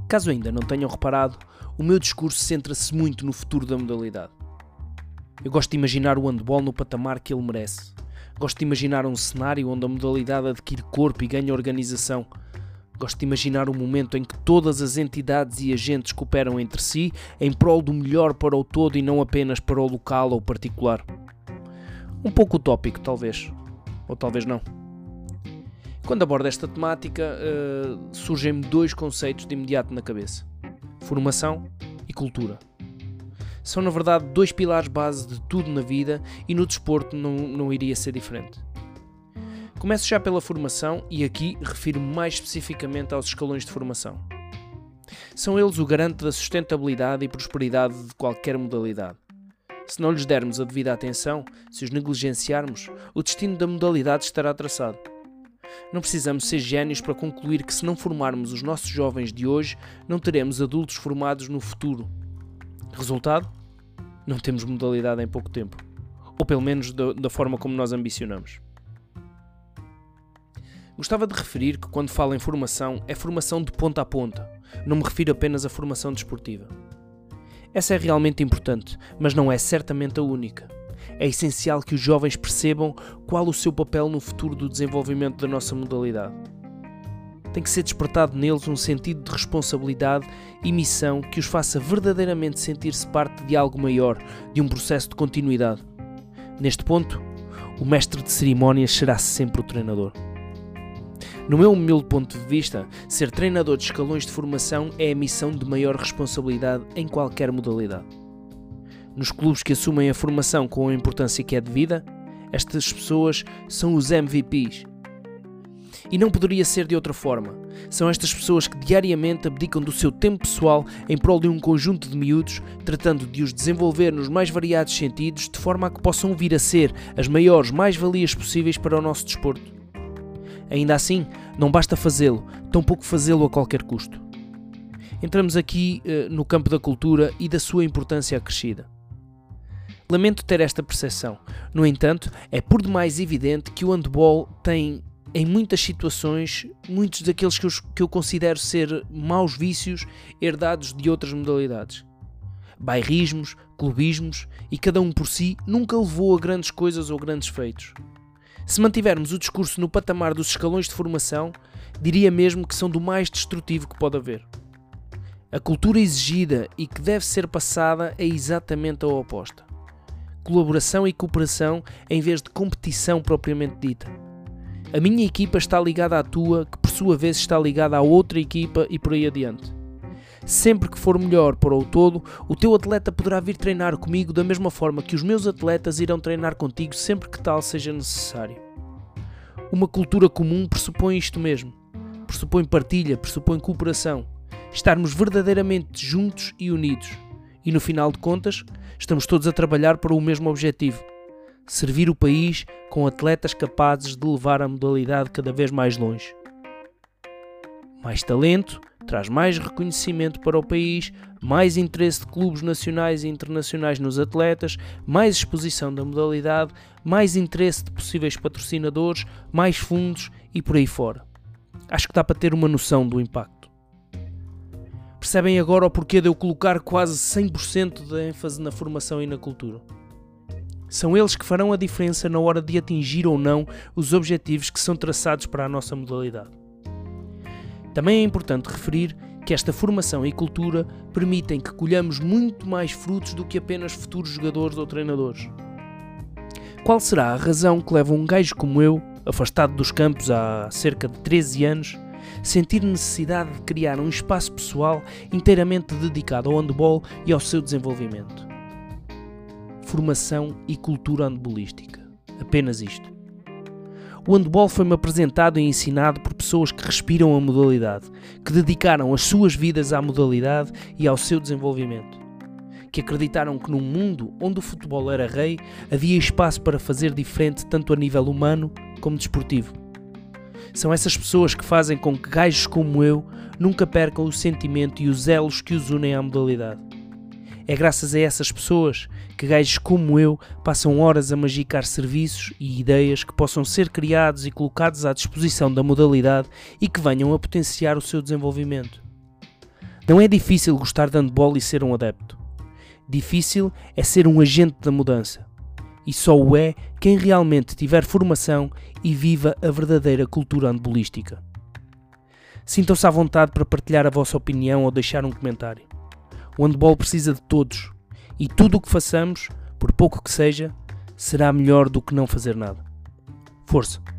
Caso ainda não tenham reparado, o meu discurso centra-se muito no futuro da modalidade. Eu gosto de imaginar o handball no patamar que ele merece. Gosto de imaginar um cenário onde a modalidade adquire corpo e ganha organização. Gosto de imaginar um momento em que todas as entidades e agentes cooperam entre si em prol do melhor para o todo e não apenas para o local ou particular. Um pouco utópico, talvez. Ou talvez não. Quando abordo esta temática, surgem-me dois conceitos de imediato na cabeça: formação e cultura. São, na verdade, dois pilares base de tudo na vida e no desporto não iria ser diferente. Começo já pela formação e aqui refiro-me mais especificamente aos escalões de formação. São eles o garante da sustentabilidade e prosperidade de qualquer modalidade. Se não lhes dermos a devida atenção, se os negligenciarmos, o destino da modalidade estará traçado. Não precisamos ser génios para concluir que, se não formarmos os nossos jovens de hoje, não teremos adultos formados no futuro. Resultado? Não temos modalidade em pouco tempo. Ou pelo menos da forma como nós ambicionamos. Gostava de referir que, quando falo em formação, é formação de ponta a ponta. Não me refiro apenas à formação desportiva. Essa é realmente importante, mas não é certamente a única. É essencial que os jovens percebam qual o seu papel no futuro do desenvolvimento da nossa modalidade. Tem que ser despertado neles um sentido de responsabilidade e missão que os faça verdadeiramente sentir-se parte de algo maior, de um processo de continuidade. Neste ponto, o mestre de cerimónias será sempre o treinador. No meu humilde ponto de vista, ser treinador de escalões de formação é a missão de maior responsabilidade em qualquer modalidade. Nos clubes que assumem a formação com a importância que é devida, estas pessoas são os MVPs. E não poderia ser de outra forma. São estas pessoas que diariamente abdicam do seu tempo pessoal em prol de um conjunto de miúdos, tratando de os desenvolver nos mais variados sentidos, de forma a que possam vir a ser as maiores mais-valias possíveis para o nosso desporto. Ainda assim, não basta fazê-lo, tampouco fazê-lo a qualquer custo. Entramos aqui no campo da cultura e da sua importância acrescida. Lamento ter esta percepção. No entanto, é por demais evidente que o handball tem, em muitas situações, muitos daqueles que eu considero ser maus vícios herdados de outras modalidades. Bairrismos, clubismos, e cada um por si nunca levou a grandes coisas ou grandes feitos. Se mantivermos o discurso no patamar dos escalões de formação, diria mesmo que são do mais destrutivo que pode haver. A cultura exigida e que deve ser passada é exatamente a oposta. Colaboração e cooperação em vez de competição propriamente dita. A minha equipa está ligada à tua, que por sua vez está ligada à outra equipa e por aí adiante. Sempre que for melhor para o todo, o teu atleta poderá vir treinar comigo da mesma forma que os meus atletas irão treinar contigo sempre que tal seja necessário. Uma cultura comum pressupõe isto mesmo. Pressupõe partilha, pressupõe cooperação. Estarmos verdadeiramente juntos e unidos. E no final de contas, estamos todos a trabalhar para o mesmo objetivo: servir o país com atletas capazes de levar a modalidade cada vez mais longe. Mais talento traz mais reconhecimento para o país, mais interesse de clubes nacionais e internacionais nos atletas, mais exposição da modalidade, mais interesse de possíveis patrocinadores, mais fundos e por aí fora. Acho que dá para ter uma noção do impacto. Percebem agora o porquê de eu colocar quase 100% da ênfase na formação e na cultura? São eles que farão a diferença na hora de atingir ou não os objetivos que são traçados para a nossa modalidade. Também é importante referir que esta formação e cultura permitem que colhamos muito mais frutos do que apenas futuros jogadores ou treinadores. Qual será a razão que leva um gajo como eu, afastado dos campos há cerca de 13 anos, sentir necessidade de criar um espaço pessoal inteiramente dedicado ao handball e ao seu desenvolvimento? Formação e cultura handbolística. Apenas isto. O handball foi-me apresentado e ensinado por pessoas que respiram a modalidade, que dedicaram as suas vidas à modalidade e ao seu desenvolvimento, que acreditaram que num mundo onde o futebol era rei, havia espaço para fazer diferente tanto a nível humano como desportivo. São essas pessoas que fazem com que gajos como eu nunca percam o sentimento e os elos que os unem à modalidade. É graças a essas pessoas que gajos como eu passam horas a magicar serviços e ideias que possam ser criados e colocados à disposição da modalidade e que venham a potenciar o seu desenvolvimento. Não é difícil gostar de handball e ser um adepto. Difícil é ser um agente da mudança. E só o é quem realmente tiver formação e viva a verdadeira cultura handbolística. Sintam-se à vontade para partilhar a vossa opinião ou deixar um comentário. O handball precisa de todos. E tudo o que façamos, por pouco que seja, será melhor do que não fazer nada. Força!